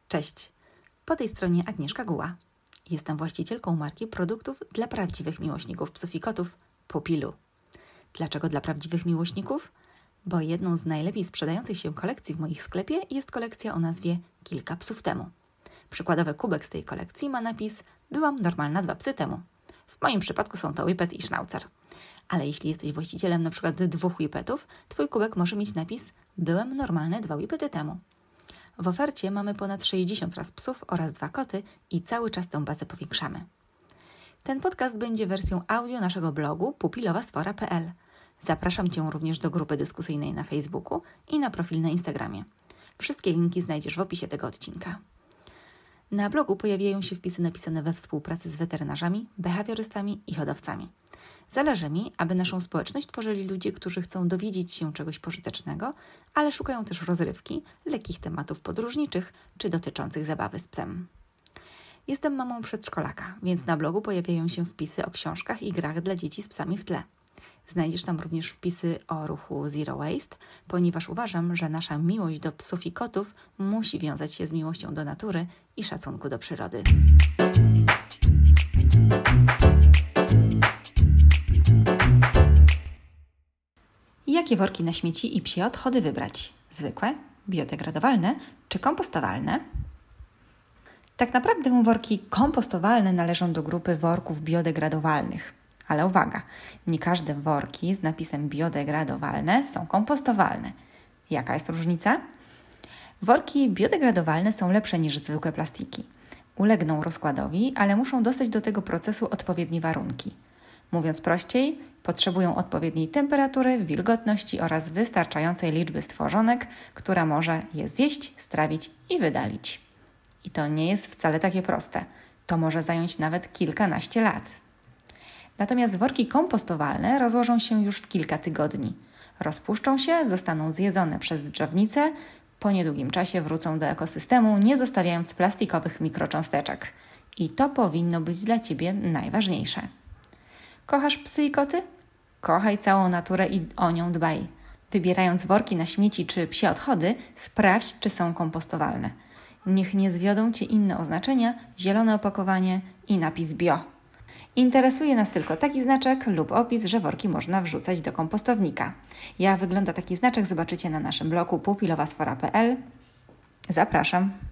Cześć, po tej stronie Agnieszka Guła. Jestem właścicielką marki produktów dla prawdziwych miłośników psów i kotów Pupilu. Dlaczego dla prawdziwych miłośników? Bo jedną z najlepiej sprzedających się kolekcji w moim sklepie jest kolekcja o nazwie Kilka psów temu. Przykładowy kubek z tej kolekcji ma napis Byłam normalna 2 psy temu. W moim przypadku są to Whippet i Schnauzer. Ale jeśli jesteś właścicielem np. 2 Whippetów, Twój kubek może mieć napis Byłem normalny 2 Whippety temu. W ofercie mamy ponad 60 ras psów oraz 2 koty i cały czas tę bazę powiększamy. Ten podcast będzie wersją audio naszego blogu pupilowasfora.pl. Zapraszam Cię również do grupy dyskusyjnej na Facebooku i na profil na Instagramie. Wszystkie linki znajdziesz w opisie tego odcinka. Na blogu pojawiają się wpisy napisane we współpracy z weterynarzami, behawiorystami i hodowcami. Zależy mi, aby naszą społeczność tworzyli ludzie, którzy chcą dowiedzieć się czegoś pożytecznego, ale szukają też rozrywki, lekkich tematów podróżniczych czy dotyczących zabawy z psem. Jestem mamą przedszkolaka, więc na blogu pojawiają się wpisy o książkach i grach dla dzieci z psami w tle. Znajdziesz tam również wpisy o ruchu Zero Waste, ponieważ uważam, że nasza miłość do psów i kotów musi wiązać się z miłością do natury i szacunku do przyrody. Jakie worki na śmieci i psie odchody wybrać? Zwykłe, biodegradowalne czy kompostowalne? Tak naprawdę worki kompostowalne należą do grupy worków biodegradowalnych. Ale uwaga, nie każde worki z napisem biodegradowalne są kompostowalne. Jaka jest różnica? Worki biodegradowalne są lepsze niż zwykłe plastiki. Ulegną rozkładowi, ale muszą dostać do tego procesu odpowiednie warunki. Mówiąc prościej, potrzebują odpowiedniej temperatury, wilgotności oraz wystarczającej liczby stworzonek, która może je zjeść, strawić i wydalić. I to nie jest wcale takie proste. To może zająć nawet kilkanaście lat. Natomiast worki kompostowalne rozłożą się już w kilka tygodni. Rozpuszczą się, zostaną zjedzone przez drzewnicę, po niedługim czasie wrócą do ekosystemu, nie zostawiając plastikowych mikrocząsteczek. I to powinno być dla Ciebie najważniejsze. Kochasz psy i koty? Kochaj całą naturę i o nią dbaj. Wybierając worki na śmieci czy psie odchody, sprawdź, czy są kompostowalne. Niech nie zwiodą Cię inne oznaczenia, zielone opakowanie i napis bio. Interesuje nas tylko taki znaczek lub opis, że worki można wrzucać do kompostownika. Jak wygląda taki znaczek, zobaczycie na naszym blogu pupilowasfora.pl. Zapraszam.